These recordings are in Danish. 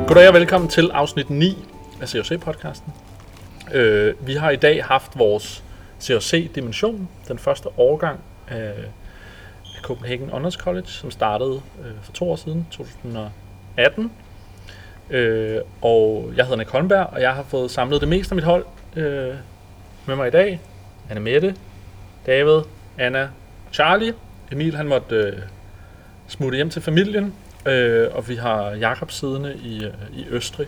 Goddag og velkommen til afsnit 9 af CHC-podcasten. Vi har i dag haft vores CHC-dimension, den første årgang af Copenhagen Honors College, som startede for 2 år siden, 2018. Og jeg hedder Nick Holmberg, og jeg har fået samlet det meste af mit hold med mig i dag. Anne Mette, David, Anna, Charlie. Emil han måtte smutte hjem til familien, og vi har Jakob siddende i Østrig.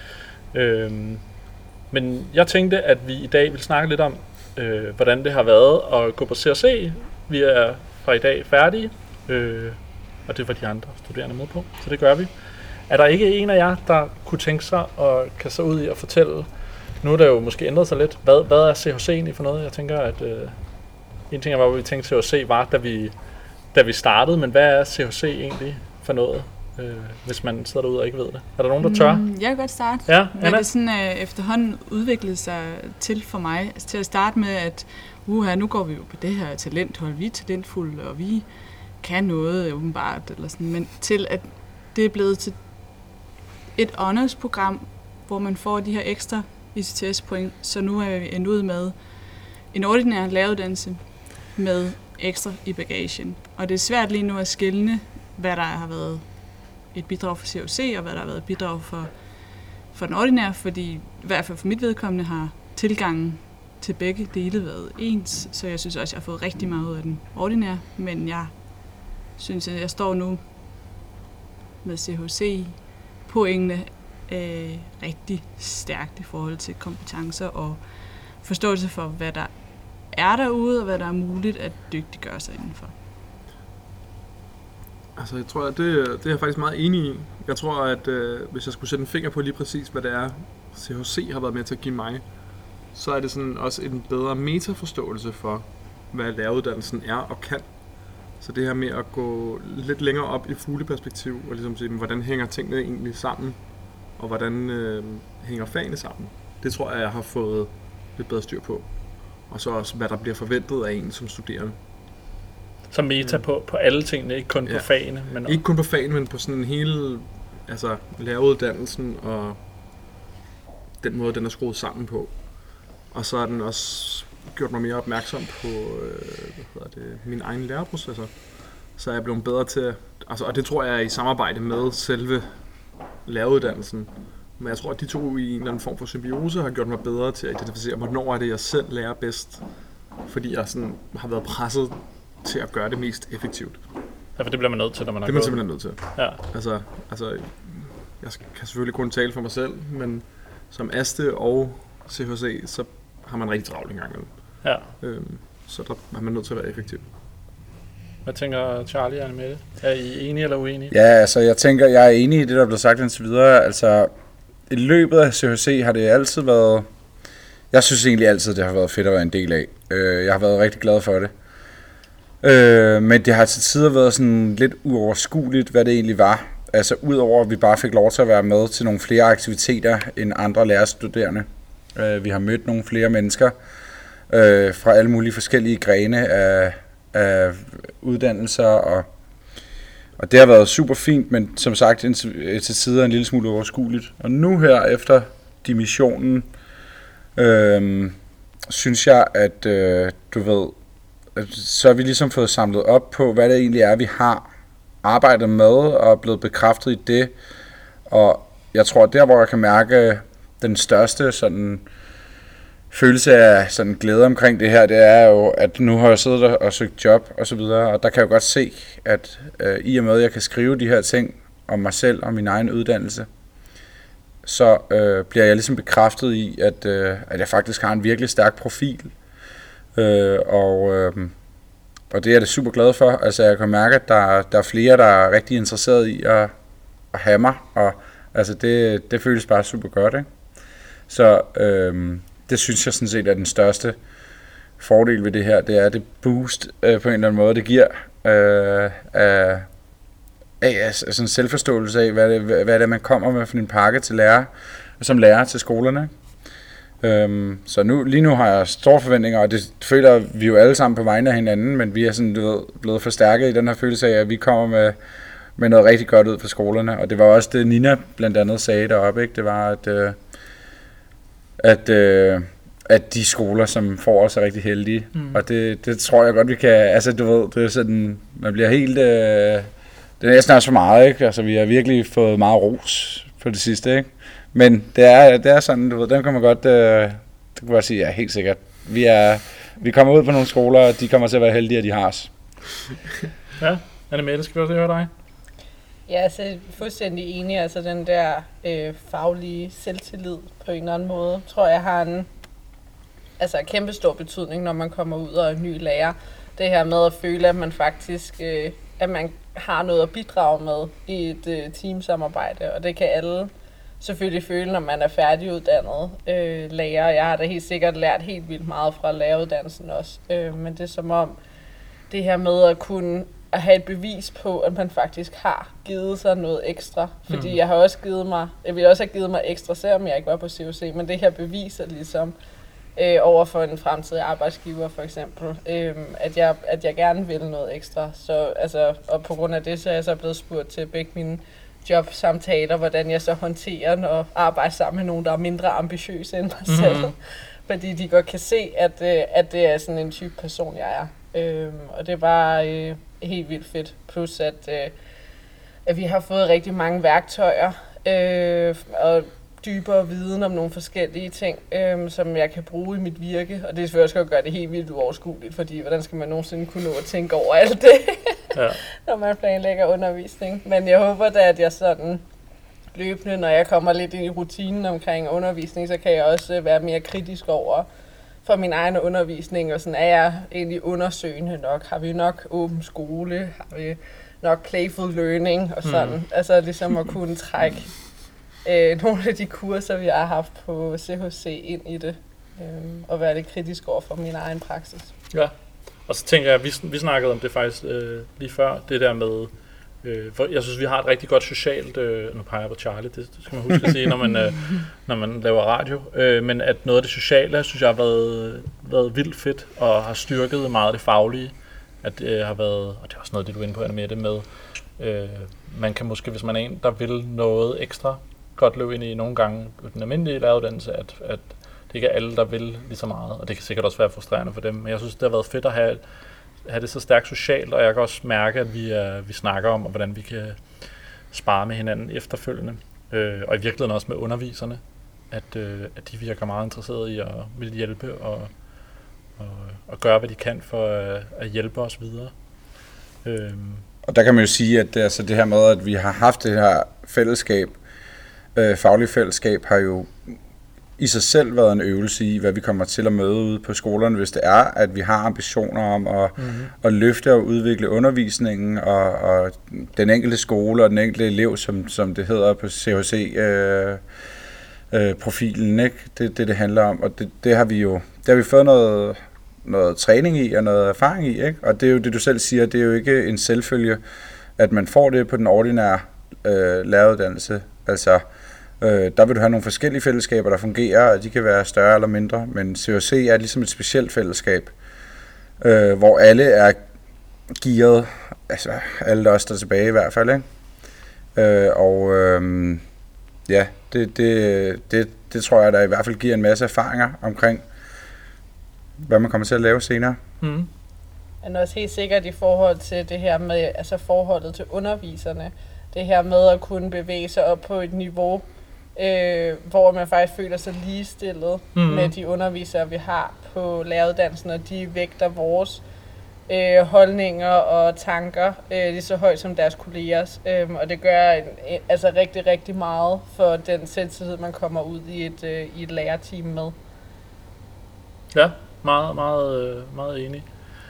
Men jeg tænkte, at vi i dag vil snakke lidt om, hvordan det har været at gå på CHC. Vi er fra i dag færdige, og det var de andre studerende med på, så det gør vi. Er der ikke en af jer, der kunne tænke sig og kan så ud i at fortælle, nu er der jo måske ændret sig lidt, hvad er CHC egentlig for noget? Jeg tænker, at en ting var, hvad vi tænkte CHC var, da vi startede, men hvad er CHC egentlig for noget, hvis man sidder derude og ikke ved det? Er der nogen, der tør? Jeg kan godt starte. Ja, hvad det sådan efterhånden udviklede sig til for mig. Altså, til at starte med, at nu går vi jo på det her talenthold, vi er talentfulde, og vi kan noget åbenbart, eller sådan, men til at det er blevet til et honors-program, hvor man får de her ekstra ICTS-point, så nu er vi endt ud med en ordinær læreruddannelse med ekstra i bagagen. Og det er svært lige nu at skelne, hvad der har været et bidrag for CHC, og hvad der har været et bidrag for den ordinære, fordi i hvert fald for mit vedkommende har tilgangen til begge dele været ens, så jeg synes også, at jeg har fået rigtig meget ud af den ordinære, men jeg synes, at jeg står nu med CHC-pointene rigtig stærkt i forhold til kompetencer og forståelse for, hvad der er derude, og hvad der er muligt at dygtiggøre sig indenfor. Altså, jeg tror, at det er jeg faktisk meget enig i. Jeg tror, at hvis jeg skulle sætte en finger på lige præcis, hvad det er, CHC har været med til at give mig, så er det sådan også en bedre metaforståelse for, hvad læreruddannelsen er og kan. Så det her med at gå lidt længere op i fugleperspektiv, og ligesom sige, hvordan hænger tingene egentlig sammen, og hvordan hænger fagene sammen. Det tror jeg har fået lidt bedre styr på. Og så også, hvad der bliver forventet af en som studerende. Så meta på alle tingene, ikke kun på fagene. Men ikke kun på fagene, men på sådan en hele læreruddannelsen og den måde, den er skruet sammen på. Og så har den også gjort mig mere opmærksom på min egen læreprocesser. Så er jeg blevet bedre til, og det tror jeg er i samarbejde med selve læreruddannelsen. Men jeg tror, at de to i en eller anden form for symbiose har gjort mig bedre til at identificere, hvornår er det, jeg selv lærer bedst. Fordi jeg sådan har været presset til at gøre det mest effektivt. Ja, for det bliver man nødt til, når man har gået. Det bliver man simpelthen nødt til. Ja. Altså, jeg kan selvfølgelig kun tale for mig selv, men som ASTE og CHC, så har man rigtig travlt en gang imellem. Ja. Så der er man nødt til at være effektiv. Hvad tænker Charlie og Anne Mette? Er I enige eller uenige? Ja, altså jeg tænker, jeg er enig i det, der bliver sagt indtil videre. Altså, i løbet af CHC har det altid været... Jeg synes egentlig altid, det har været fedt at være en del af. Jeg har været rigtig glad for det. Men det har til tider været sådan lidt uoverskueligt, hvad det egentlig var. Altså udover at vi bare fik lov til at være med til nogle flere aktiviteter end andre lærerstuderende. Vi har mødt nogle flere mennesker fra alle mulige forskellige grene af uddannelser, og det har været super fint, men som sagt til tider en lille smule overskueligt. Og nu her efter dimissionen, synes jeg, at så har vi ligesom fået samlet op på, hvad det egentlig er, vi har arbejdet med, og blevet bekræftet i det. Og jeg tror, der hvor jeg kan mærke den største sådan følelse af sådan glæde omkring det her, det er jo, at nu har jeg siddet der og søgt job og så videre, og der kan jeg jo godt se, at i og med, at jeg kan skrive de her ting om mig selv og min egen uddannelse, så bliver jeg ligesom bekræftet i, at jeg faktisk har en virkelig stærk profil. Og det er det super glad for. Altså jeg kan mærke, at der er flere, der er rigtig interesseret i at have mig, og altså det føles bare super godt, ikke? Så det synes jeg sådan set er den største fordel ved det her, det er det boost på en eller anden måde, det giver af sådan en selvforståelse af, hvad det er, man kommer med for en pakke til lærer, som lærer til skolerne. Så lige nu har jeg store forventninger, og det føler vi jo alle sammen på vegne af hinanden, men vi er sådan blevet forstærket i den her følelse af, at vi kommer med noget rigtig godt ud for skolerne. Og det var også det, Nina blandt andet sagde deroppe, ikke? Det var, at de skoler, som får os, er rigtig heldige. Og det tror jeg godt, vi kan... Altså, du ved, det er sådan... Man bliver helt... det er næsten også for meget, ikke? Altså, vi har virkelig fået meget ros på det sidste, ikke? Men det er sådan, du ved, den kan man godt... det kan man sige, ja, helt sikkert. Vi kommer ud på nogle skoler, og de kommer til at være heldige, at de har os. Ja, Anne-Mette, skal vi også høre dig? Ja, så fuldstændig enig. Altså den der faglige selvtillid på en eller anden måde, tror jeg har en kæmpe stor betydning, når man kommer ud og er ny lærer. Det her med at føle, at man faktisk at man har noget at bidrage med i et teamsamarbejde, og det kan alle selvfølgelig føle, når man er færdiguddannet lærer. Jeg har da helt sikkert lært helt vildt meget fra læreruddannelsen også, men det er som om det her med at kunne at have et bevis på, at man faktisk har givet sig noget ekstra. Fordi jeg ville også have givet mig ekstra, selvom jeg ikke var på CUC, men det her beviser ligesom over for en fremtidig arbejdsgiver for eksempel, at jeg gerne vil noget ekstra. Så, og på grund af det, så er jeg så blevet spurgt til begge mine jobsamtaler, hvordan jeg så håndterer og arbejder sammen med nogen, der er mindre ambitiøse end mig selv. Fordi de godt kan se, at det er sådan en type person, jeg er. Og det var helt vildt fedt. Plus at vi har fået rigtig mange værktøjer og dybere viden om nogle forskellige ting, som jeg kan bruge i mit virke. Og det er selvfølgelig også at gøre det helt vildt uoverskueligt, fordi hvordan skal man nogensinde kunne nå at tænke over alt det, når man planlægger undervisning. Men jeg håber da, at jeg sådan løbende, når jeg kommer lidt ind i rutinen omkring undervisning, så kan jeg også være mere kritisk over for min egen undervisning, og sådan er jeg egentlig undersøgende nok. Har vi nok åben skole? Har vi nok playful learning? Og sådan. Altså ligesom at kunne trække nogle af de kurser, vi har haft på CHC ind i det, og være lidt kritisk over for min egen praksis. Ja, og så tænker jeg, at vi snakkede om det faktisk lige før, det der med, jeg synes, vi har et rigtig godt socialt, nu peger jeg på Charlie, det skal man huske at sige, når man laver radio, men at noget af det sociale, synes jeg har været vildt fedt, og har styrket meget af det faglige, at det har været, og det er også noget, det du er inde på, Anne Mette, med, man kan måske, hvis man er en, der vil noget ekstra, godt løbe ind i nogle gange den almindelige læreruddannelse, at det ikke er alle, der vil lige så meget, og det kan sikkert også være frustrerende for dem, men jeg synes, det har været fedt at have det så stærkt socialt, og jeg kan også mærke, at vi snakker om, hvordan vi kan spare med hinanden efterfølgende, og i virkeligheden også med underviserne, at de virker meget interesserede i at vil hjælpe og gøre, hvad de kan for at hjælpe os videre. Og der kan man jo sige, at det her med, at vi har haft det her fællesskab, faglige fællesskab, har jo i sig selv været en øvelse i, hvad vi kommer til at møde ude på skolerne, hvis det er, at vi har ambitioner om at løfte og udvikle undervisningen og den enkelte skole og den enkelte elev, som det hedder på CHC-profilen, ikke? Det handler om, og det har vi fået noget træning i og noget erfaring i, ikke? Og det er jo det, du selv siger, det er jo ikke en selvfølge, at man får det på den ordinære læreruddannelse. Altså, der vil du have nogle forskellige fællesskaber, der fungerer, og de kan være større eller mindre, men CHC er ligesom et specielt fællesskab, hvor alle er gearet, altså alle der står tilbage i hvert fald, ikke? Ja, det tror jeg, der i hvert fald giver en masse erfaringer omkring, hvad man kommer til at lave senere. Men også helt sikkert i forhold til det her med, altså forholdet til underviserne, det her med at kunne bevæge sig op på et niveau, hvor man faktisk føler sig ligestillet med de undervisere, vi har på læreruddannelsen, og de vægter vores holdninger og tanker lige så højt som deres kollegers. Og det gør altså rigtig, rigtig meget for den selvtillid, man kommer ud i et lærerteam med. Ja, meget, meget, meget enig.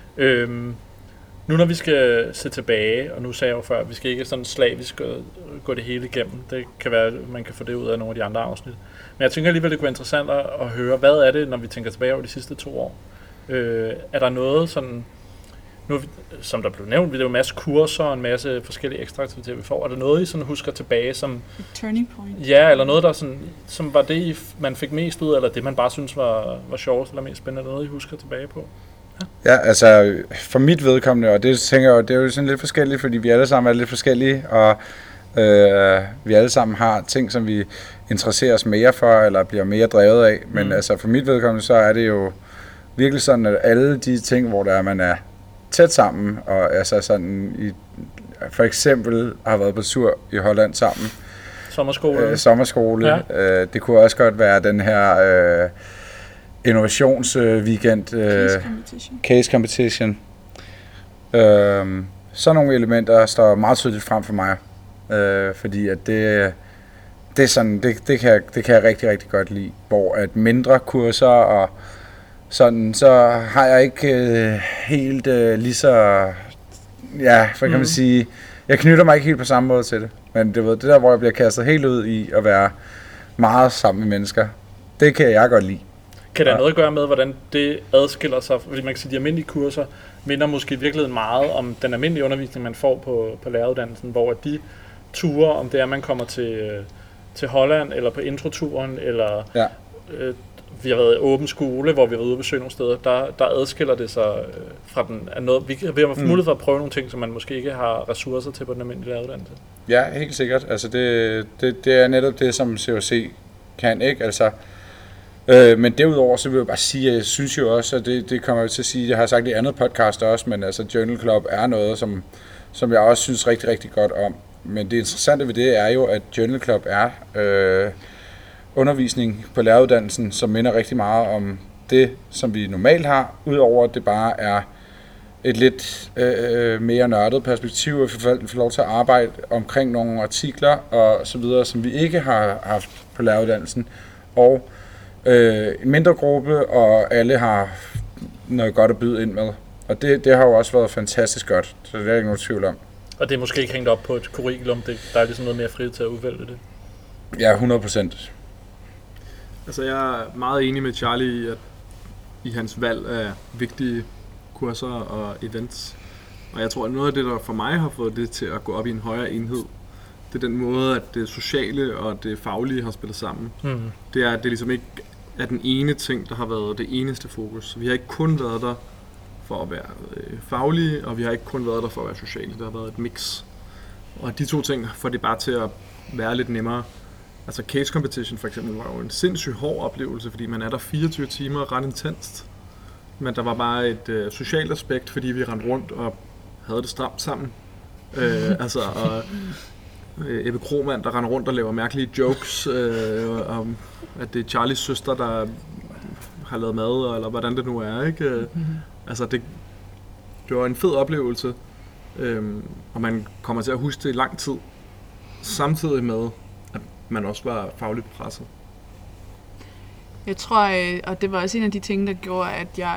Nu når vi skal se tilbage, og nu sagde jeg jo før, at vi skal ikke sådan slavisk gå det hele igennem. Det kan være, at man kan få det ud af nogle af de andre afsnit. Men jeg tænker alligevel, det kunne være interessant at høre, hvad er det, når vi tænker tilbage over de sidste 2 år? Er der noget sådan, nu, som der blev nævnt, vi har jo en masse kurser og en masse forskellige ekstra aktiviteter, vi får. Er der noget, I sådan husker tilbage som... Et turning point. Ja, eller noget, der sådan, som var det, man fik mest ud af, eller det, man bare synes var sjovest eller mest spændende? Er der noget, I husker tilbage på? Ja, altså for mit vedkommende, og det tænker jeg, det er jo sådan lidt forskelligt, fordi vi alle sammen er lidt forskellige, og vi alle sammen har ting, som vi interesserer os mere for, eller bliver mere drevet af. Men altså for mit vedkommende, så er det jo virkelig sådan, at alle de ting, hvor der er, man er tæt sammen, og altså sådan for eksempel har været på tur i Holland sammen. Sommerskole. Ja. Det kunne også godt være den her innovationsweekend. Case competition. Sådan nogle elementer står meget tydeligt frem for mig. Fordi at det er sådan, det kan jeg rigtig, rigtig godt lide. Hvor at mindre kurser og sådan, så har jeg ikke helt lige så, ja, for kan man sige, jeg knytter mig ikke helt på samme måde til det. Men det der, hvor jeg bliver kastet helt ud i at være meget sammen med mennesker, det kan jeg godt lide. Kan der noget at gøre med, hvordan det adskiller sig? Fordi man kan sige, at de almindelige kurser minder måske i virkeligheden meget om den almindelige undervisning, man får på læreruddannelsen, hvor de ture, om det er, man kommer til Holland, eller på introturen, eller vi har været i åben skole, hvor vi har været ude og besøge nogle steder, der adskiller det sig fra den af noget. Vi har mulighed for at prøve nogle ting, som man måske ikke har ressourcer til på den almindelige læreruddannelse. Ja, helt sikkert. Altså det er netop det, som CHC kan, ikke? Altså, men derudover, så vil jeg bare sige, at jeg synes jo også, at det kommer jeg til at sige, jeg har sagt i andet podcast også, men altså Journal Club er noget, som jeg også synes rigtig, rigtig godt om. Men det interessante ved det er jo, at Journal Club er undervisning på læreruddannelsen, som minder rigtig meget om det, som vi normalt har, udover at det bare er et lidt mere nørdet perspektiv, at vi får lov til at arbejde omkring nogle artikler og så videre, som vi ikke har haft på læreruddannelsen. Og en mindre gruppe, og alle har noget godt at byde ind med. Og det har jo også været fantastisk godt, så det er ikke nogen tvivl om. Og det er måske ikke hængt op på et curriculum, der er ligesom noget mere frihed til at udvælge det? Ja, 100%. Altså jeg er meget enig med Charlie i hans valg af vigtige kurser og events. Og jeg tror, at noget af det, der for mig har fået det til at gå op i en højere enhed, det er den måde, at det sociale og det faglige har spillet sammen. Det er, at det ligesom ikke er den ene ting, der har været det eneste fokus. Vi har ikke kun været der for at være faglige, og vi har ikke kun været der for at være sociale. Det har været et mix. Og de to ting får det bare til at være lidt nemmere. Altså case competition for eksempel var jo en sindssygt hård oplevelse, fordi man er der 24 timer ret intenst. Men der var bare et socialt aspekt, fordi vi rendte rundt og havde det stramt sammen. Og Ebbe Krohmann, der render rundt og laver mærkelige jokes om, at det er Charlies søster, der har lavet mad, eller hvordan det nu er, ikke? Altså, det var en fed oplevelse, og man kommer til at huske det i lang tid, samtidig med, at man også var fagligt presset. Jeg tror, og det var også en af de ting, der gjorde, at jeg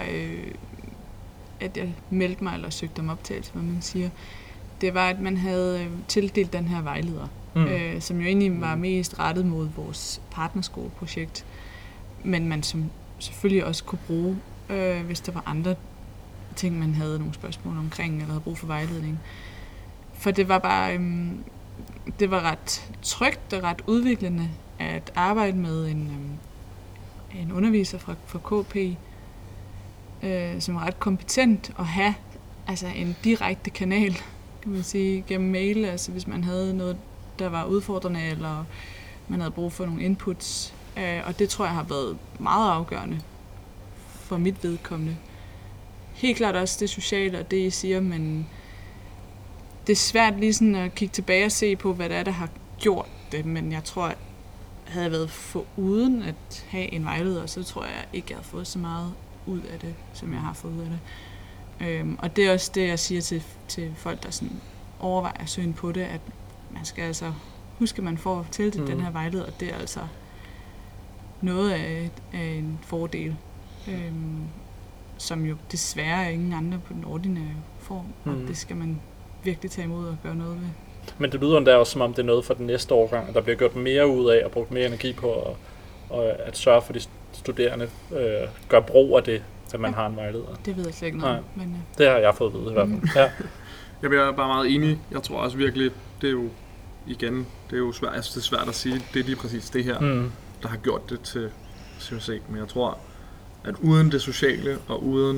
meldte mig, eller søgte om optagelse, hvad man siger, det var, at man havde tildelt den her vejleder, som jo egentlig var mest rettet mod vores partnerskoleprojekt, men man som selvfølgelig også kunne bruge, hvis der var andre ting, man havde nogle spørgsmål omkring, eller havde brug for vejledning. For det var bare, det var ret trygt og ret udviklende at arbejde med en underviser fra KP, som er ret kompetent, og have altså en direkte kanal, kan man sige, gennem mail, altså hvis man havde noget, der var udfordrende, eller man havde brug for nogle inputs. Og det tror jeg har været meget afgørende for mit vedkommende. Helt klart også det sociale og det, I siger, men det er svært lige sådan at kigge tilbage og se på, hvad det er, der har gjort det, men jeg tror, at havde jeg været foruden at have en vejleder, så tror jeg ikke, jeg havde fået så meget ud af det, som jeg har fået ud af det. Og det er også det, jeg siger til folk, der sådan overvejer at søge på det, at man skal altså huske, at man får tildelt den her vejleder, og det er altså noget af en fordel, som jo desværre er ingen andre på den ordinære form, og det skal man virkelig tage imod og gøre noget ved. Men det lyder endda også, som om det er noget for den næste årgang, der bliver gjort mere ud af og brugt mere energi på at sørge for, de studerende gør brug af det, at man har en vejleder. Det ved jeg slet ikke noget om. Men det har jeg fået at vide i hvert fald. Ja. Jeg bliver bare meget enig. Jeg tror også virkelig, det er jo igen, det er jo svært, altså det er svært at sige, det er lige præcis det her, der har gjort det til CHC. Men jeg tror, at uden det sociale og uden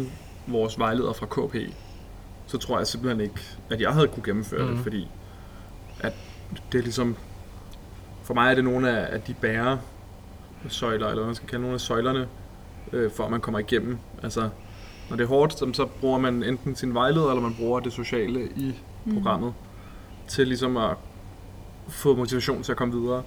vores vejleder fra KP, så tror jeg simpelthen ikke, at jeg havde kunne gennemføre det, fordi at det er ligesom, for mig er det nogle af de bæresøjler, eller hvad man skal kalde nogle af søjlerne, for at man kommer igennem. Altså, når det er hårdt, så bruger man enten sin vejleder, eller man bruger det sociale i programmet, til ligesom at få motivation til at komme videre.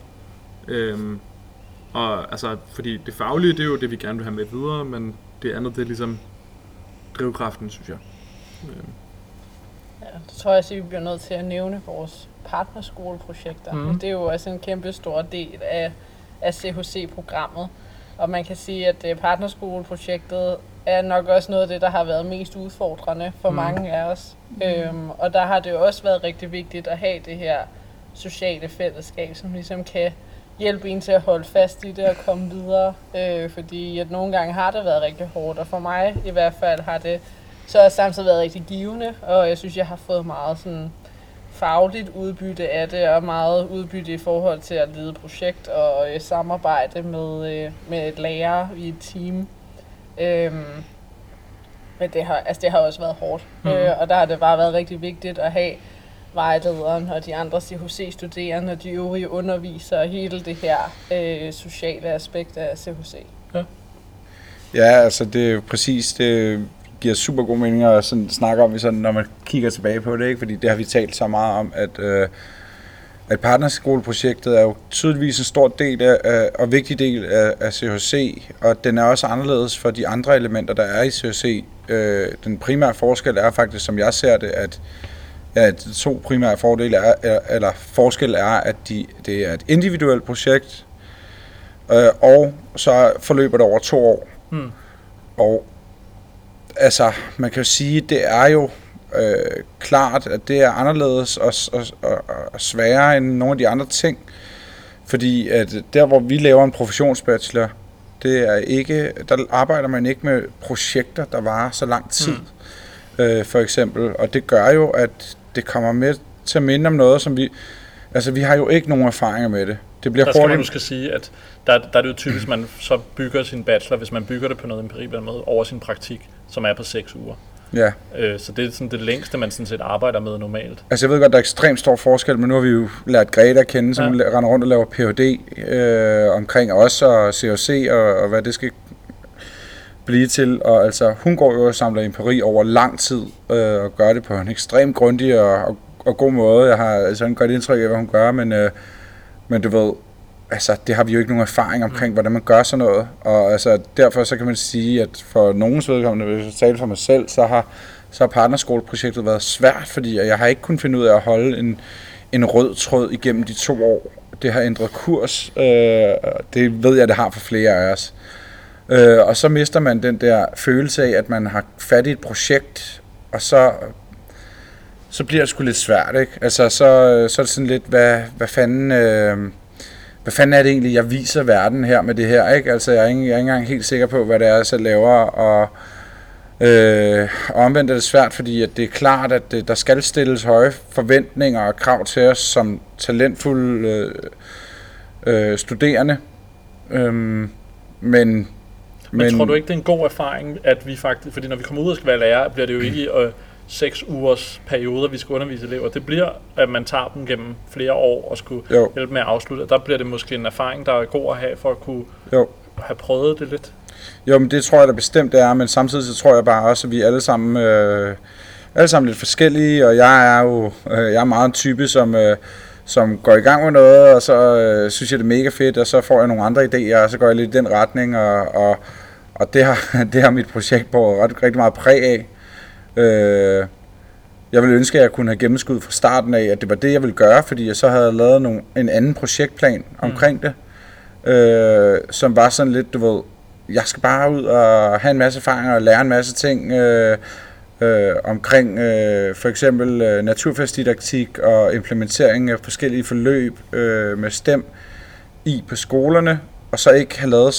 Og altså, fordi det faglige, det er jo det, vi gerne vil have med videre, men det andet, det er ligesom drivkraften, synes jeg. Ja, det tror jeg også, vi bliver nødt til at nævne vores partnerskoleprojekter. Det er jo også en kæmpe stor del af CHC-programmet. Og man kan sige, at partnerskoleprojektet er nok også noget af det, der har været mest udfordrende for mange af os. Og der har det jo også været rigtig vigtigt at have det her sociale fællesskab, som ligesom kan hjælpe en til at holde fast i det og komme videre. Fordi at nogle gange har det været rigtig hårdt, og for mig i hvert fald har det så har samtidig været rigtig givende, og jeg synes, jeg har fået meget sådan fagligt udbytte af det, og meget udbytte i forhold til at lede projekt og samarbejde med et lærer i et team. Men det har også været hårdt, og der har det bare været rigtig vigtigt at have vejlederen og de andre CHC-studerende og de øvrige undervisere og hele det her sociale aspekt af CHC. Ja, altså det er jo præcis, det giver super god mening at sådan snakke om, sådan, når man kigger tilbage på det, ikke? Fordi det har vi talt så meget om, at partnerskoleprojektet er jo tydeligvis en stor del af, og vigtig del af CHC, og den er også anderledes for de andre elementer, der er i CHC. Den primære forskel er faktisk, som jeg ser det, at de to primære fordele forskel er, at det er et individuelt projekt, og så forløber det over 2 år. Og altså, man kan jo sige, det er jo klart, at det er anderledes og sværere end nogle af de andre ting. Fordi at der, hvor vi laver en professionsbachelor, det er ikke, der arbejder man ikke med projekter, der varer så lang tid, for eksempel. Og det gør jo, at det kommer med til at minde om noget, som vi har jo ikke nogen erfaringer med det. Det bliver hurtigt. Du skal sige, at der er det jo typisk, at man så bygger sin bachelor, hvis man bygger det på noget empiri på den måde, over sin praktik, som er på 6 uger. Ja. Så det er sådan det længste, man sådan set arbejder med normalt. Altså jeg ved godt, der er ekstremt stor forskel, men nu har vi jo lært Greta at kende, som render rundt og laver Ph.D. Omkring os og CHC og hvad det skal blive til. Og altså hun går jo og samler empiri over lang tid og gør det på en ekstremt grundig og god måde. Jeg har sådan et godt indtryk af, hvad hun gør, men du ved, altså det har vi jo ikke nogen erfaring omkring, hvordan man gør sådan noget. Og altså derfor så kan man sige, at for nogens vedkommende, hvis jeg taler for mig selv, så har partnerskoleprojektet været svært, fordi jeg har ikke kunnet finde ud af at holde en rød tråd igennem de 2 år. Det har ændret kurs, det ved jeg, det har for flere af os. Og så mister man den der følelse af, at man har fat i et projekt, og så bliver det sgu lidt svært, ikke? Altså så er det sådan lidt, hvad fanden er det egentlig, jeg viser verden her med det her, ikke? Altså jeg er ikke engang helt sikker på, hvad det er, jeg selv laver, og omvendt er det svært, fordi at det er klart, at der skal stilles høje forventninger og krav til os som talentfulde studerende. Men tror du ikke, det er en god erfaring, at vi faktisk, fordi når vi kommer ud og skal være lærer, bliver det jo ikke 6 ugers perioder, vi skal undervise elever. Det bliver, at man tager dem gennem flere år og skulle hjælpe med at afslutte. Der bliver det måske en erfaring, der er god at have for at kunne have prøvet det lidt. Jo, men det tror jeg da bestemt er, men samtidig så tror jeg bare også, at vi er alle sammen lidt forskellige, og jeg er meget en type, som går i gang med noget, og så synes jeg, det er mega fedt, og så får jeg nogle andre idéer, og så går jeg lidt i den retning, og det har mit projekt på rigtig meget præg af. Jeg ville ønske, at jeg kunne have gennemskud fra starten af, at det var det, jeg ville gøre, fordi jeg så havde lavet en anden projektplan omkring det, som var sådan lidt, du ved, jeg skal bare ud og have en masse erfaringer og lære en masse ting omkring for eksempel naturfagsdidaktik og implementering af forskellige forløb med STEM på skolerne, og så ikke have lavet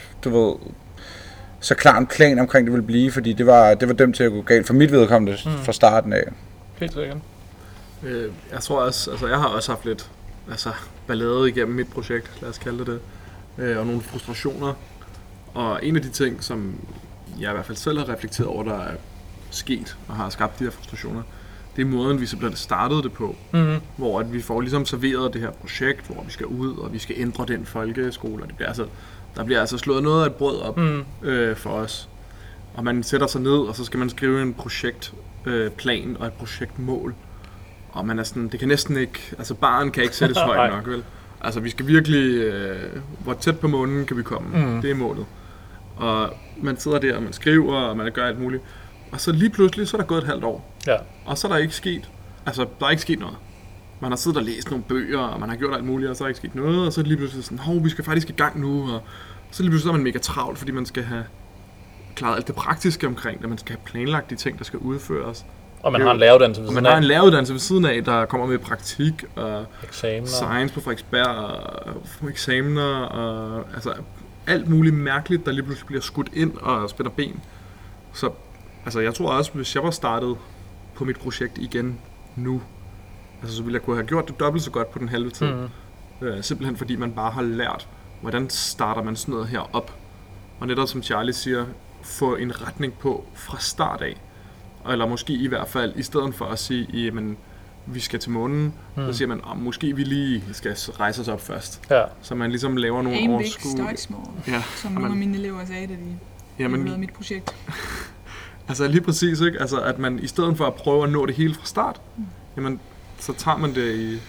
så klar en plan omkring det ville blive, fordi det var dømt til at gå galt for mit vedkommende fra starten af. Helt sikkert. Jeg tror også, altså jeg har også haft lidt ballade igennem mit projekt, lad os kalde det, og nogle frustrationer. Og en af de ting, som jeg i hvert fald selv har reflekteret over, der er sket og har skabt de her frustrationer, det er måden, vi simpelthen startede det på, hvor at vi får ligesom serveret det her projekt, hvor vi skal ud, og vi skal ændre den folkeskole, og der bliver altså slået noget af et brød op for os. Og man sætter sig ned, og så skal man skrive en projektplan og et projektmål. Og man er sådan, det kan næsten ikke, altså barn kan ikke sættes højt nok, vel? Altså vi skal virkelig, hvor tæt på månen kan vi komme, det er målet. Og man sidder der, og man skriver, og man gør alt muligt. Og så lige pludselig, så er der gået et halvt år. Ja. Og så er der ikke sket, der er ikke sket noget. Man har siddet og læst nogle bøger, og man har gjort alt muligt, og så er der ikke sket noget. Og så er det lige pludselig sådan, vi skal faktisk i gang nu. Og så lige pludselig er man mega travlt, fordi man skal have klaret alt det praktiske omkring det. Man skal have planlagt de ting, der skal udføres. Og man har en læreruddannelse ved siden af. Man har en læreruddannelse ved siden af, der kommer med praktik og eksamener. Science på Frederiksberg og eksamener og altså alt muligt mærkeligt, der lige pludselig bliver skudt ind og spænder ben. Så altså, jeg tror også, hvis jeg var startet på mit projekt igen nu, altså, så ville jeg kunne have gjort det dobbelt så godt på den halve tid. Simpelthen fordi man bare har lært, hvordan starter man sådan noget her op. Og netop som Charlie siger, få en retning på fra start af. Eller måske i hvert fald, i stedet for at sige, jamen, vi skal til månen, så siger man, måske vi lige skal rejse os op først. Ja. Så man ligesom laver nogle overskud. Aim big, start small, som nogle af mine elever sagde, da de lavede mit projekt. Altså lige præcis, ikke? Altså at man i stedet for at prøve at nå det hele fra start, jamen, så tager man det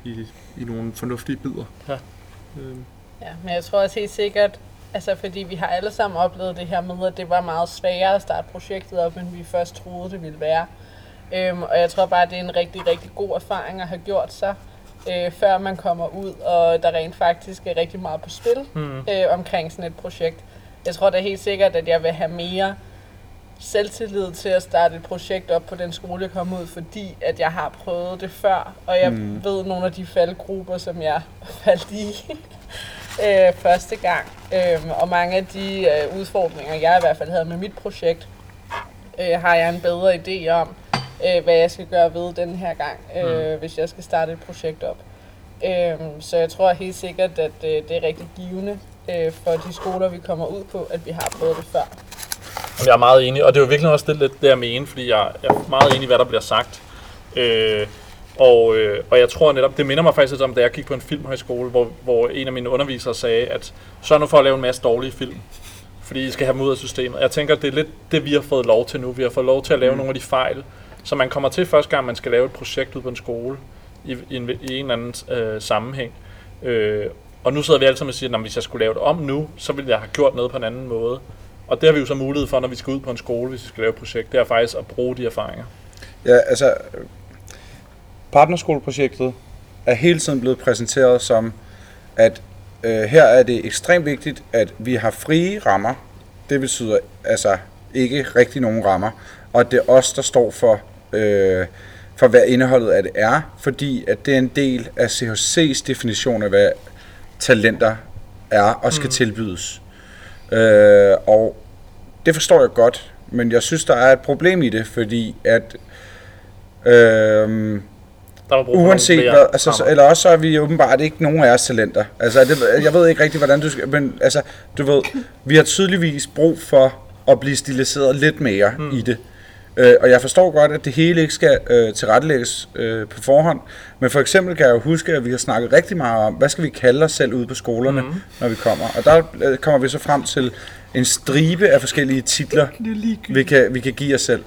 i nogle fornuftige bidder. Ja. Ja, men jeg tror også helt sikkert, altså fordi vi har alle sammen oplevet det her med, at det var meget sværere at starte projektet op, end vi først troede, det ville være. Og jeg tror bare, det er en rigtig, rigtig god erfaring at have gjort sig, før man kommer ud, og der rent faktisk er rigtig meget på spil omkring sådan et projekt. Jeg tror da helt sikkert, at jeg vil have mere selvtillid til at starte et projekt op på den skole, jeg kom ud, fordi at jeg har prøvet det før, og jeg ved nogle af de faldgrupper, som jeg faldt i første gang. Og mange af de udfordringer, jeg i hvert fald havde med mit projekt, har jeg en bedre idé om, hvad jeg skal gøre ved den her gang, hvis jeg skal starte et projekt op. Så jeg tror helt sikkert, at det er rigtig givende for de skoler, vi kommer ud på, at vi har prøvet det før. Jeg er meget enig, og det er jo virkelig også det lidt der med en, fordi jeg er meget enig i, hvad der bliver sagt. Og jeg tror netop, det minder mig faktisk lidt om, da jeg gik på en filmhøjskole, hvor en af mine undervisere sagde, at sørg nu for at lave en masse dårlige film, fordi I skal have dem ud af systemet. Jeg tænker, det er lidt det, vi har fået lov til nu. Vi har fået lov til at lave nogle af de fejl, som man kommer til første gang, man skal lave et projekt ud på en skole i en eller anden sammenhæng. Og nu sidder vi alle sammen og siger, at hvis jeg skulle lave det om nu, så ville jeg have gjort noget på en anden måde. Og det har vi jo så mulighed for, når vi skal ud på en skole, hvis vi skal lave et projekt, det er faktisk at bruge de erfaringer. Ja, altså, partnerskoleprojektet er hele tiden blevet præsenteret som, at her er det ekstremt vigtigt, at vi har frie rammer. Det betyder altså ikke rigtig nogen rammer. Og det er os, der står for hvad indholdet af det er, fordi at det er en del af CHC's definition af, hvad talenter er og skal tilbydes. Og det forstår jeg godt, men jeg synes, der er et problem i det, fordi at uanset hvad, altså, eller også så er vi åbenbart ikke nogen af jeres talenter. Altså, jeg ved ikke rigtig, hvordan du skal, men altså, du ved, vi har tydeligvis brug for at blive stiliseret lidt mere i det. Og jeg forstår godt, at det hele ikke skal tilrettelægges på forhånd, men for eksempel kan jeg jo huske, at vi har snakket rigtig meget om, hvad skal vi kalde os selv ude på skolerne, når vi kommer. Og der kommer vi så frem til en stribe af forskellige titler, vi kan give os selv.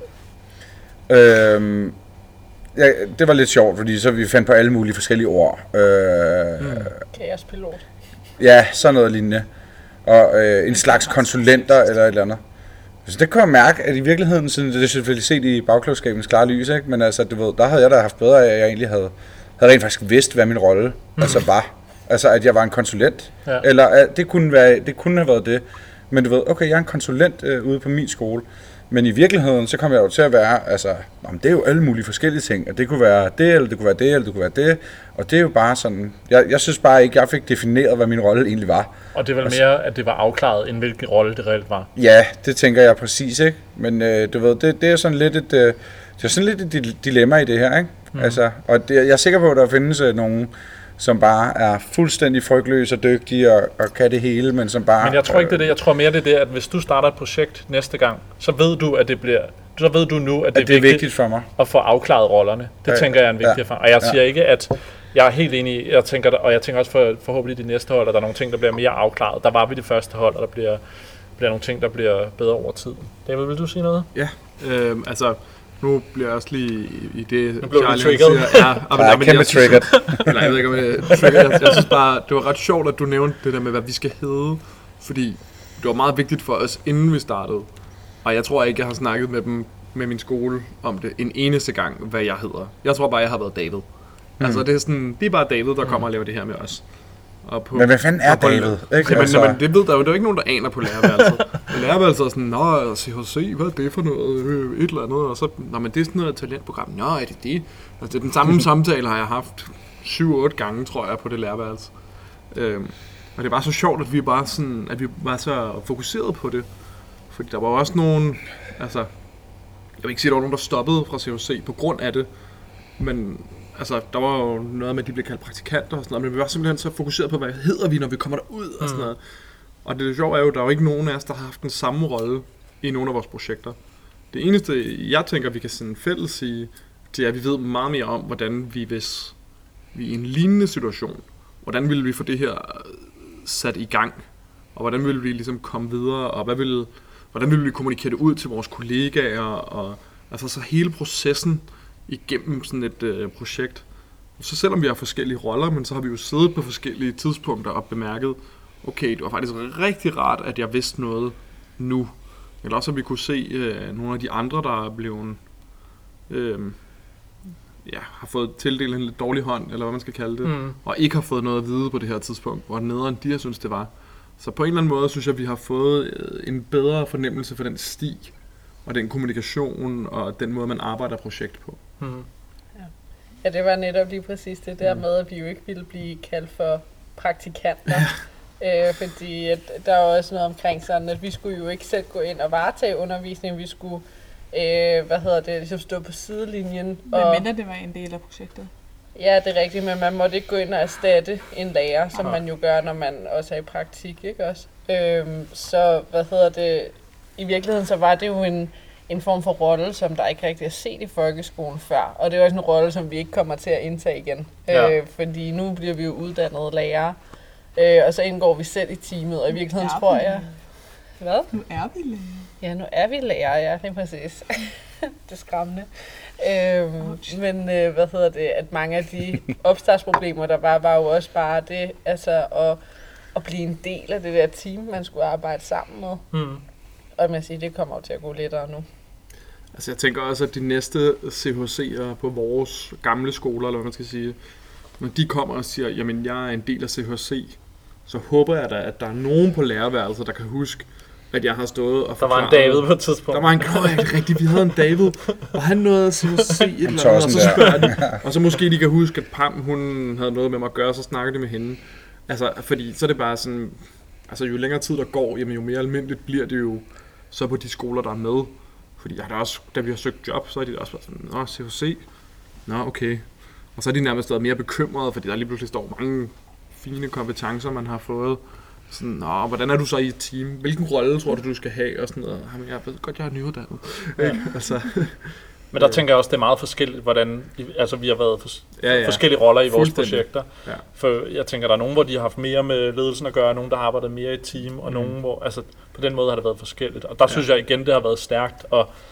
Ja, det var lidt sjovt, fordi så vi fandt på alle mulige forskellige ord. Kaospilot. Ja, sådan noget lignende. Og en slags konsulenter eller et eller andet. Så det kunne jeg mærke, at i virkeligheden, så det er selvfølgelig set i bagklogskabens klare lys, ikke? Men altså, du ved, der havde jeg da haft bedre af, at jeg egentlig havde rent faktisk vidst, hvad min rolle altså var. Altså, at jeg var en konsulent. Ja. Eller det kunne have været det. Men du ved, okay, jeg er en konsulent ude på min skole. Men i virkeligheden, så kom jeg jo til at være, altså, det er jo alle mulige forskellige ting. Og det kunne være det, eller det kunne være det, eller det kunne være det. Og det er jo bare sådan, jeg synes bare ikke, jeg fik defineret, hvad min rolle egentlig var. Og det er vel mere, at det var afklaret, end hvilken rolle det reelt var? Ja, det tænker jeg præcis, ikke? Men du ved, det er sådan lidt et dilemma i det her, ikke? Altså, og jeg er sikker på, at der findes nogle som bare er fuldstændig frygtløs og dygtig og kan det hele, men som bare... Men jeg tror ikke, det er det. Jeg tror mere, det er det, at hvis du starter et projekt næste gang, så ved du, at det bliver... Så ved du nu, at det er vigtigt for mig at få afklaret rollerne. Det tænker jeg er en vigtig erfaring. Og jeg siger ikke, at jeg er helt enig. Jeg tænker også forhåbentlig de næste hold, at der er nogle ting, der bliver mere afklaret. Der var vi det første hold, og der bliver nogle ting, der bliver bedre over tid. David, vil du sige noget? Ja, altså... Nu bliver jeg også lige i det, nu blev du triggered. Kæmpe triggered. Nej, jeg ved ikke, om jeg triggered. Jeg synes bare, det var ret sjovt, at du nævnte det der med, hvad vi skal hedde. Fordi det var meget vigtigt for os, inden vi startede. Og jeg tror ikke, jeg har snakket med min skole om det en eneste gang, hvad jeg hedder. Jeg tror bare, jeg har været David. Altså, det er bare David, der kommer og laver det her med os. Men hvad fanden er David? Men det ved der jo, det er jo ikke nogen, der aner på lærerværelset. Lærerværelset er sådan, nå, CHC, hvad er det for noget? Et eller andet, og så, nå, men det er sådan noget talentprogram. Nå, er det det? Altså, det er den samme samtale, har jeg haft 7-8 gange, tror jeg, på det lærerværelse. Og det er bare så sjovt, at vi bare sådan, at vi var så fokuseret på det. Fordi der var også nogen, altså, jeg vil ikke sige, at der var nogen, der stoppede fra CHC på grund af det, men altså, der var jo noget med, at de blev kaldt praktikanter og sådan noget, men vi var simpelthen så fokuseret på, hvad hedder vi, når vi kommer derud og sådan noget. Og det sjove er jo, at der er jo ikke nogen af os, der har haft den samme rolle i nogle af vores projekter. Det eneste, jeg tænker, vi kan sådan fælles sige, det er, at vi ved meget mere om, hvordan vi, hvis vi er i en lignende situation, hvordan ville vi få det her sat i gang, og hvordan ville vi ligesom komme videre, og hvordan ville vi kommunikere det ud til vores kollegaer, og altså så hele processen igennem sådan et projekt. Så selvom vi har forskellige roller, men så har vi jo siddet på forskellige tidspunkter og bemærket, okay, det var faktisk rigtig rart, at jeg vidste noget nu. Eller også at vi kunne se nogle af de andre, der er blevet, har fået tildelt en lidt dårlig hånd, eller hvad man skal kalde det, og ikke har fået noget at vide på det her tidspunkt, hvor nederen de har synes det var. Så på en eller anden måde synes jeg, at vi har fået en bedre fornemmelse for den sti, og den kommunikation, og den måde, man arbejder projekt på. Ja, det var netop lige præcis det der med, at vi jo ikke ville blive kaldt for praktikanter. Fordi at der er også noget omkring sådan, at vi skulle jo ikke selv gå ind og varetage undervisningen. Vi skulle, ligesom stå på sidelinjen. Mindre det var en del af projektet. Ja, det er rigtigt, men man måtte ikke gå ind og erstatte en lærer, som man jo gør, når man også er i praktik, ikke også? I virkeligheden så var det jo en form for rolle, som der ikke rigtig er set i folkeskolen før. Og det er også en rolle, som vi ikke kommer til at indtage igen. Fordi nu bliver vi jo uddannede lærere, og så indgår vi selv i teamet, og i virkeligheden tror jeg... Hvad? Nu er vi lærer. Ja, nu er vi lærer, ja, det er præcis. Det er skræmmende. At mange af de opstartsproblemer, der var jo også bare det, altså at blive en del af det der team, man skulle arbejde sammen med. Og man siger, det kommer jo til at gå lettere nu. Altså jeg tænker også, at de næste CHC'ere på vores gamle skoler, eller hvad man skal sige, når de kommer og siger, jamen jeg er en del af CHC, så håber jeg da, at der er nogen på lærerværelset, der kan huske, at jeg har stået og forklaret. Der var en David på et tidspunkt. Der var vi havde en David, og han nåede CHC et eller andet, og så spørger de, og så måske de kan huske, at Pam, hun havde noget med mig at gøre, så snakker de med hende. Altså, fordi så er det bare sådan, altså jo længere tid der går, jamen jo mere almindeligt bliver det jo så på de skoler, der er med. Fordi jeg har også, da vi har søgt job, så er de også bare sådan, nå, CHC, nå, okay. Og så er de nærmest været mere bekymrede, fordi der lige pludselig står mange fine kompetencer, man har fået. Sådan, nå, hvordan er du så i et team? Hvilken rolle tror du skal have? Og sådan noget. Jamen, jeg ved godt, jeg er nyuddannet. Ja. Altså. Men der tænker jeg også, det er meget forskelligt, hvordan altså, vi har været forskellige roller i vores projekter. Ja. For jeg tænker, der er nogen, hvor de har haft mere med ledelsen at gøre, nogen, der har arbejdet mere i team, og nogen, hvor altså, på den måde har det været forskelligt. Og der synes jeg igen, det har været stærkt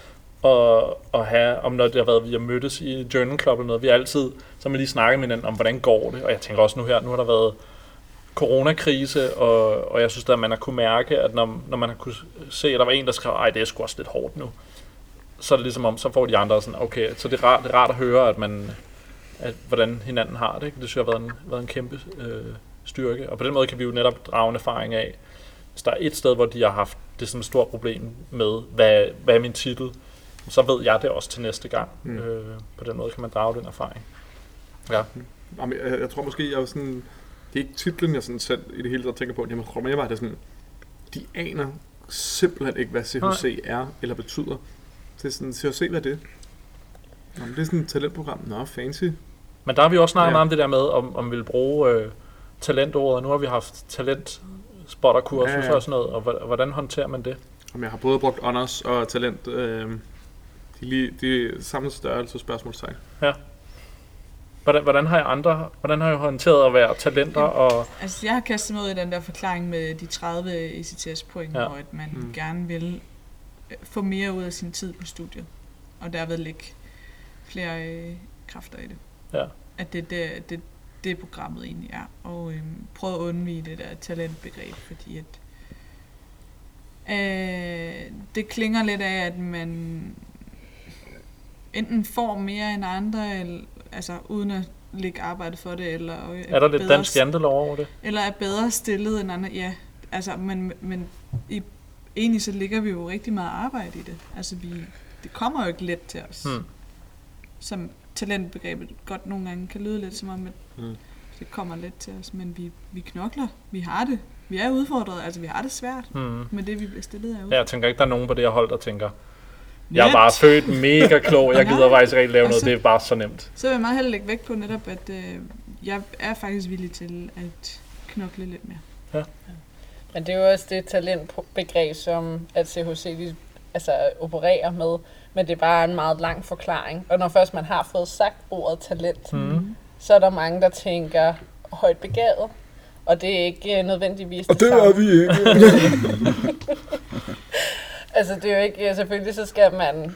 at have, om når det har været, vi har mødtes i Journal Club eller noget, vi har altid, så har man lige snakket med hinanden om, hvordan går det. Og jeg tænker også nu har der været coronakrise, og jeg synes, at man har kunne mærke, at når man har kunne se, at der var en, der skrev, ej, det er sgu også lidt hårdt nu, så er det ligesom om, så får de andre sådan, okay, så det er rart at høre, at hvordan hinanden har det. Ikke? Det synes jeg har været en kæmpe styrke, og på den måde kan vi jo netop drage en erfaring af, hvis der er et sted, hvor de har haft det som et stort problem med, hvad er min titel, så ved jeg det også til næste gang. På den måde kan man drage den erfaring. Ja. Jeg tror måske, jeg er sådan, det er ikke titlen, jeg sådan selv i det hele taget tænker på. Jeg tror mere bare, det er sådan, de aner simpelthen ikke, hvad CHC er eller betyder. Det er sådan, CHC, hvad er det? Nå, det er sådan et talentprogram. Nå, fancy. Men der har vi også snakket meget om det der med, om vi vil bruge talentordet. Nu har vi haft talentspotterkursus og sådan noget, og hvordan håndterer man det? Jeg har både brugt honors og talent. De er samme størrelse spørgsmålstegn. Ja. Hvordan har jeg håndteret at være talenter? Og Altså, jeg har kastet mig ud i den der forklaring med de 30 ECTS-point, hvor at man gerne vil få mere ud af sin tid på studiet, og derved lægge flere kræfter i det. Ja. At det programmet egentlig er. Og prøve at undvige det der talentbegreb, fordi at det klinger lidt af, at man enten får mere end andre, eller, altså uden at lægge arbejde for det, eller er der lidt dansk jantelov over det? Eller er bedre stillet end andre, ja. Altså, men egentlig så ligger vi jo rigtig meget arbejde i det. Altså, det kommer jo ikke let til os. Som talentbegrebet godt nogle gange kan lyde lidt som om, at det kommer let til os, men vi knokler. Vi har det. Vi er udfordret, altså vi har det svært med det, vi bliver stillet af. Ja, jeg tænker ikke, der er nogen på det her hold, der tænker, jeg er bare født mega klog, jeg gider faktisk rigtig lave noget, det er bare så nemt. Så vil jeg meget hellere lægge vægt på netop, at jeg er faktisk villig til at knokle lidt mere. Ja. Men det er jo også det talentbegreb, som at CHC opererer med, men det er bare en meget lang forklaring. Og når først man har fået sagt ordet talent, så er der mange, der tænker højt begavet, og det er ikke nødvendigvis det samme. Og det er vi ikke. Altså, det er jo ikke, selvfølgelig så skal man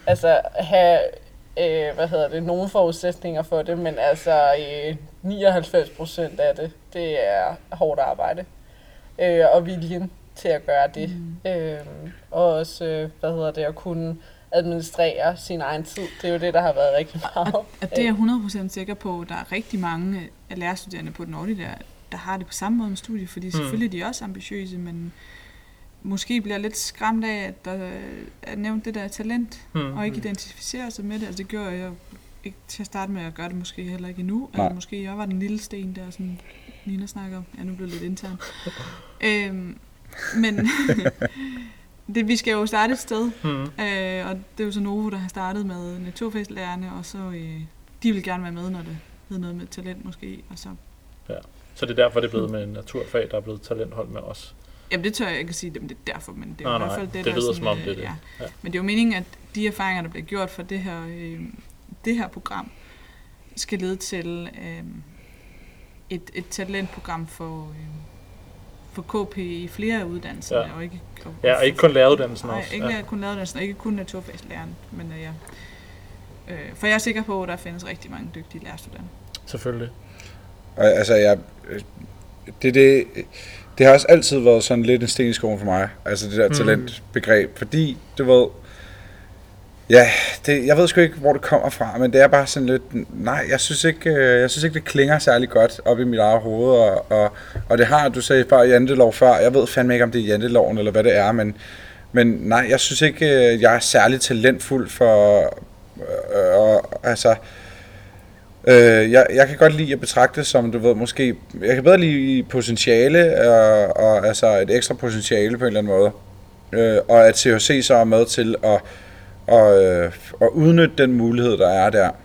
have, nogle forudsætninger for det, men altså 99% af det er hårdt arbejde. Og viljen til at gøre det. Og også, at kunne administrere sin egen tid. Det er jo det, der har været rigtig meget. Og det er jeg 100% sikker på. Der er rigtig mange af lærerstuderende på den ordinære, der har det på samme måde med studiet, fordi selvfølgelig de er også ambitiøse, men måske bliver lidt skræmt af, at der er nævnt det der talent, og ikke identificere sig med det. Altså det gjorde jeg ikke til at starte med at gøre det måske heller ikke endnu. Altså måske jeg var den lille sten der, sådan Nina snakker om. Ja, nu blev det lidt intern. Men vi skal jo starte et sted, og det er jo så Novo, der har startet med naturfagslærerne, og så de vil gerne være med, når det hedder noget med talent måske. Og så. Ja. Så det er derfor, det er blevet med naturfag, der er blevet talenthold med os. Jamen det tør jeg ikke at sige, men det er derfor, men det er i hvert fald det, det der lyder sådan, som om det er det. Ja. Men det er jo meningen, at de erfaringer, der bliver gjort for det her program, skal lede til et talentprogram for KP i flere uddannelser. Ja. Og ikke, og ikke kun læreruddannelsen også. Nej, ikke kun læreruddannelsen, og ikke kun naturfagslæreren. Men for jeg er sikker på, at der findes rigtig mange dygtige lærerstuderende. Selvfølgelig. Altså, det har også altid været sådan lidt en sten i skoen for mig, altså det der talentbegreb, fordi du ved, jeg ved sgu ikke, hvor det kommer fra, men det er bare sådan lidt, nej, jeg synes ikke, det klinger særlig godt op i mit eget hoved, og det har, du sagde bare jantelov før, jeg ved fandme ikke, om det er janteloven, eller hvad det er, men nej, jeg synes ikke, jeg er særlig talentfuld for, jeg kan godt lide at betragte det som, du ved, måske, jeg kan bedre lide potentiale, og altså et ekstra potentiale på en eller anden måde, og at CHC så er med til at udnytte den mulighed, der er der.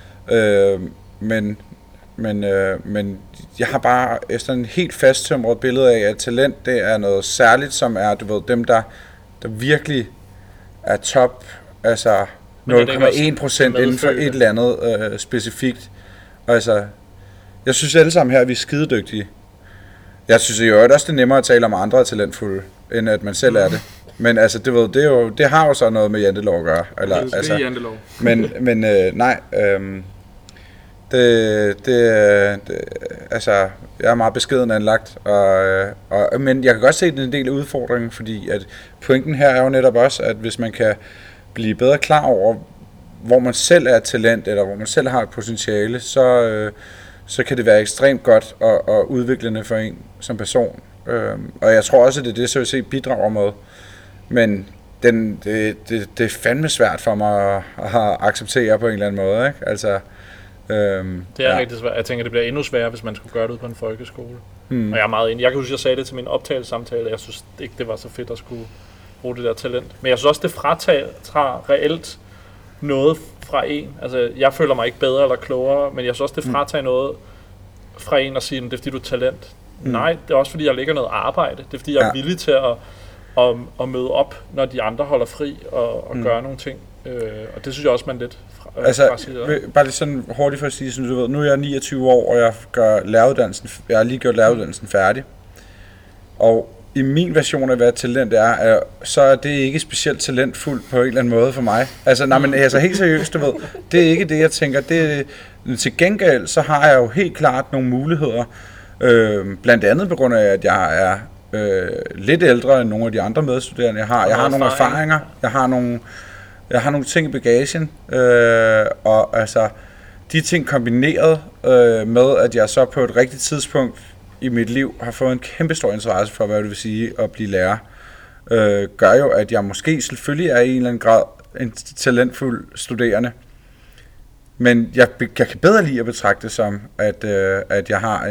Men jeg har bare efter en helt fasttømret billede af, at talent, det er noget særligt, som er, du ved, dem, der virkelig er top, altså 0,1% inden for et eller andet specifikt. Altså, jeg synes alle sammen her, at vi er skidedygtige. Jeg synes jo også, det er nemmere at tale om andre talentfulde, end at man selv er det. Men altså, det har jo så noget med jantelov at gøre. Eller, det er jantelov. Men nej, altså, jeg er meget beskeden anlagt, men jeg kan godt se, at det er en del af udfordringen, fordi at pointen her er jo netop også, at hvis man kan blive bedre klar over, hvor man selv er et talent, eller hvor man selv har et potentiale, så kan det være ekstremt godt og udviklende for en som person. Og jeg tror også, at det er det, CHC bidrager med. Men det er fandme svært for mig at acceptere på en eller anden måde, ikke? Altså, det er rigtig svært. Jeg tænker, det bliver endnu sværere, hvis man skulle gøre det ud på en folkeskole. Og jeg er meget enig. Jeg kan huske, jeg sagde det til min optagelsessamtale, jeg synes ikke, det var så fedt at skulle bruge det der talent. Men jeg synes også, det fratager reelt noget fra en. Altså, jeg føler mig ikke bedre eller klogere, men jeg synes også, det fratager noget fra en og sige, det er fordi, du er talent. Nej, det er også fordi, jeg lægger noget arbejde. Det er fordi, jeg er villig til at møde op, når de andre holder fri og gøre nogle ting. Og det synes jeg også, man lidt bare lige sådan hurtigt for at sige, som du ved, nu er jeg 29 år, og jeg har lige gjort læreruddannelsen færdig. Og i min version af, hvad talent er, så er det ikke specielt talentfuldt på en eller anden måde for mig. Altså, nej, men altså helt seriøst, du ved, det er ikke det, jeg tænker. Til gengæld, så har jeg jo helt klart nogle muligheder, blandt andet på grund af, at jeg er lidt ældre end nogle af de andre medstuderende, jeg har. Jeg har nogle erfaringer, jeg har nogle ting i bagagen, og altså, de ting kombineret med, at jeg så på et rigtigt tidspunkt i mit liv har fået en kæmpe stor interesse for, hvad det vil sige at blive lærer, gør jo, at jeg måske selvfølgelig er i en eller anden grad en talentfuld studerende. Men jeg kan bedre lide at betragte det som, at jeg har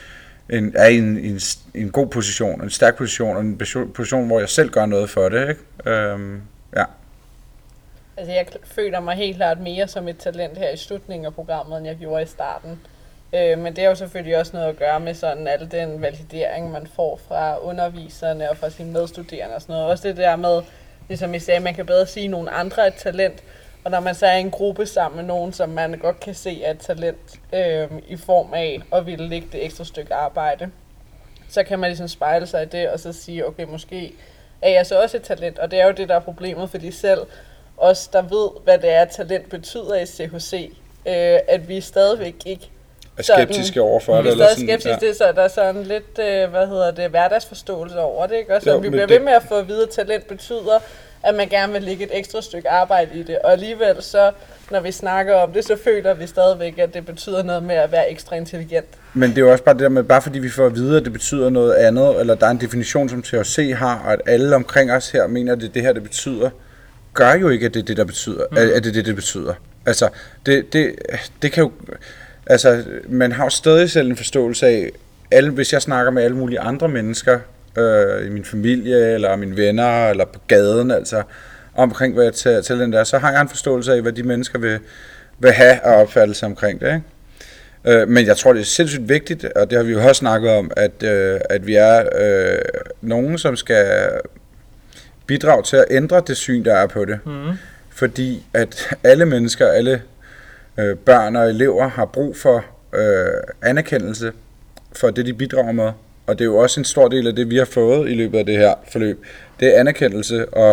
en god position, en stærk position, og en position, hvor jeg selv gør noget for det. Ikke? Ja. Altså, jeg føler mig helt klart mere som et talent her i slutningen af programmet, end jeg gjorde i starten. Men det har jo selvfølgelig også noget at gøre med sådan al den validering, man får fra underviserne og fra sine medstuderende og sådan noget. Også det der med, ligesom I sagde, man kan bedre sige, at nogle andre er et talent. Og når man så er i en gruppe sammen med nogen, som man godt kan se er et talent i form af at ville lægge det ekstra stykke arbejde, så kan man ligesom spejle sig i det og så sige, okay, måske er jeg så også et talent. Og det er jo det, der er problemet, fordi selv os, der ved, hvad det er, talent betyder i CHC, at vi stadigvæk ikke er skeptiske overfor det. Vi er stadig skeptiske, ja. Så der er sådan lidt, hverdagsforståelse over det, ikke? Og så vi bliver ved med at få at vide, at talent betyder, at man gerne vil lægge et ekstra stykke arbejde i det. Og alligevel så, når vi snakker om det, så føler vi stadigvæk, at det betyder noget med at være ekstra intelligent. Men det er jo også bare det der med, bare fordi vi får at vide, at det betyder noget andet, eller der er en definition, som THC har, og at alle omkring os her mener, at det er det her, det betyder, gør jo ikke, at det er det, der betyder. At det er det betyder. Altså, det kan jo... Altså, man har jo stadig selv en forståelse af, hvis jeg snakker med alle mulige andre mennesker, i min familie, eller mine venner, eller på gaden, altså, omkring hvad jeg talent er, så har jeg en forståelse af, hvad de mennesker vil have af opfattelse omkring det, ikke? Men jeg tror, det er sindssygt vigtigt, og det har vi jo også snakket om, at vi er nogen, som skal bidrage til at ændre det syn, der er på det. Fordi at alle mennesker, alle børn og elever har brug for anerkendelse for det, de bidrager med. Og det er jo også en stor del af det, vi har fået i løbet af det her forløb. Det er anerkendelse, og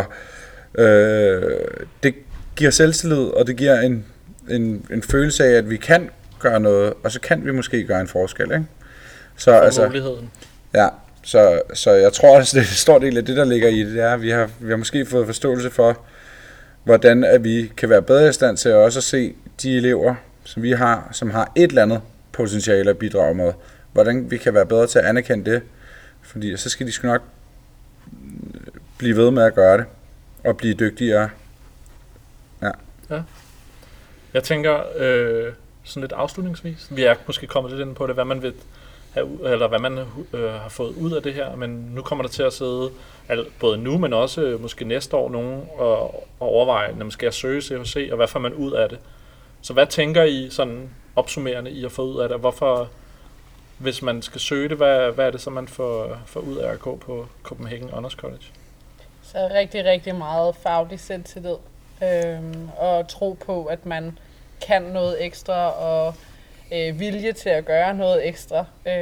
det giver selvtillid, og det giver en følelse af, at vi kan gøre noget, og så kan vi måske gøre en forskel, ikke? Så altså, muligheden. Ja, så jeg tror også, det er en stor del af det, der ligger i det, det er, at vi har måske fået forståelse for, hvordan at vi kan være bedre i stand til også at se de elever, som vi har, som har et eller andet potentiale at bidrage med. Hvordan vi kan være bedre til at anerkende det. Fordi så skal de sgu nok blive ved med at gøre det. Og blive dygtigere. Ja. Jeg tænker, sådan lidt afslutningsvis, vi er måske kommet lidt ind på det, hvad man vil have, eller hvad man har fået ud af det her, men nu kommer der til at sidde, både nu, men også måske næste år, nogen og overveje, når man skal søge CHC, og hvad får man ud af det. Så hvad tænker I sådan opsummerende i at få ud af det? Hvorfor, hvis man skal søge det, hvad er det så, man får ud af at gå på Copenhagen Honors College? Så rigtig, rigtig meget faglig selvtillid. Og tro på, at man kan noget ekstra, og vilje til at gøre noget ekstra.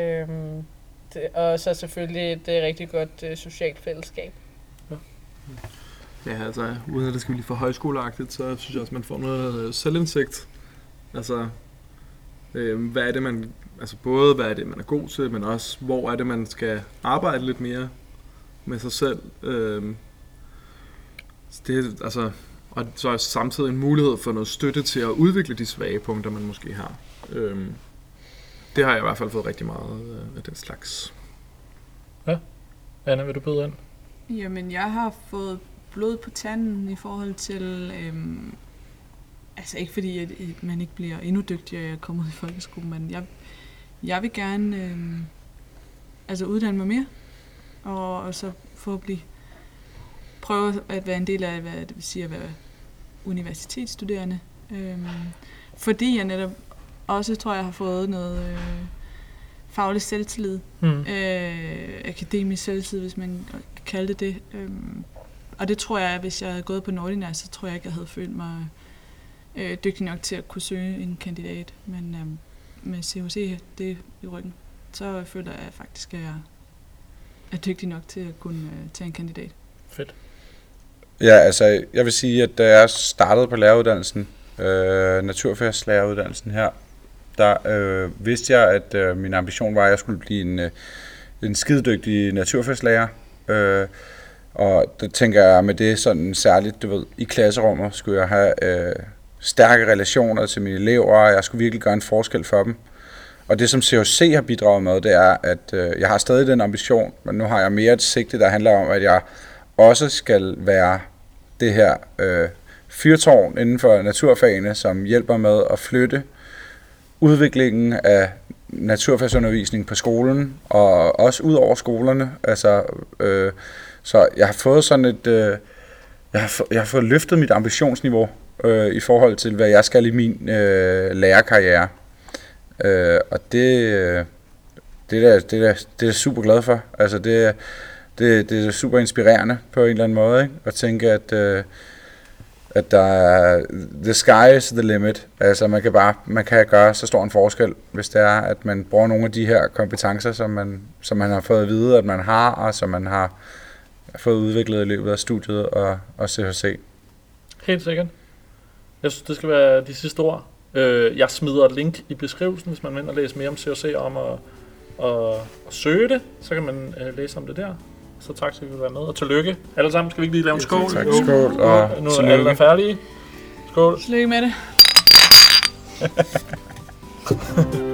Og så selvfølgelig et rigtig godt socialt fællesskab. Ja, altså uden at det skal blive for højskoleagtigt, så synes jeg også, man får noget selvindsigt. Altså, hvad er det, man... Altså både, hvad er det, man er god til, men også, hvor er det, man skal arbejde lidt mere med sig selv. Det, altså, og så er samtidig en mulighed for noget støtte til at udvikle de svage punkter, man måske har. Det har jeg i hvert fald fået rigtig meget af den slags. Ja. Anna, vil du byde ind? Jamen, jeg har fået blod på tanden i forhold til... altså ikke fordi, at man ikke bliver endnu dygtigere at komme ud i folkeskolen, men jeg vil gerne uddanne mig mere, og så forhåbentlig prøve at være en del af, hvad det vil sige at være universitetsstuderende. Fordi jeg netop også tror, jeg har fået noget faglig selvtillid. Akademisk selvtillid, hvis man kan kalde det det. Og det tror jeg, at hvis jeg havde gået på en ordinær, så tror jeg ikke, jeg havde følt mig dygtig nok til at kunne søge en kandidat. Men med CHC det i ryggen, så føler jeg faktisk, at jeg er dygtig nok til at kunne tage en kandidat. Fedt. Ja, altså jeg vil sige, at da jeg startede på læreruddannelsen, naturfagslæreruddannelsen her, der vidste jeg, at min ambition var, at jeg skulle blive en skidedygtig naturfagslærer. Og det tænker jeg med det sådan særligt, du ved, i klasserummet skulle jeg have stærke relationer til mine elever, og jeg skulle virkelig gøre en forskel for dem. Og det, som CHC har bidraget med, det er, at jeg har stadig den ambition, men nu har jeg mere et sigte, der handler om, at jeg også skal være det her fyrtårn inden for naturfagene, som hjælper med at flytte udviklingen af naturfagsundervisning på skolen, og også ud over skolerne. Altså, så jeg har fået sådan et... Jeg har fået løftet mit ambitionsniveau i forhold til, hvad jeg skal i min lærerkarriere. Og det er jeg super glad for. Altså det er super inspirerende på en eller anden måde, ikke? At tænke, at der er the sky is the limit. Altså man kan gøre så stor en forskel, hvis det er, at man bruger nogle af de her kompetencer, som man har fået at vide, at man har, og som man har fået udviklet i løbet af studiet og CHC. Helt sikkert. Jeg synes, det skal være de sidste ord. Jeg smider et link i beskrivelsen, hvis man vil og læse mere om CHC, om at søge det, så kan man læse om det der. Så tak, så vi vil være med, og tillykke. Alle sammen, skal vi ikke lige lave en skål? Tak, skål, og nu er alle er færdige. Skål. Tillykke med det.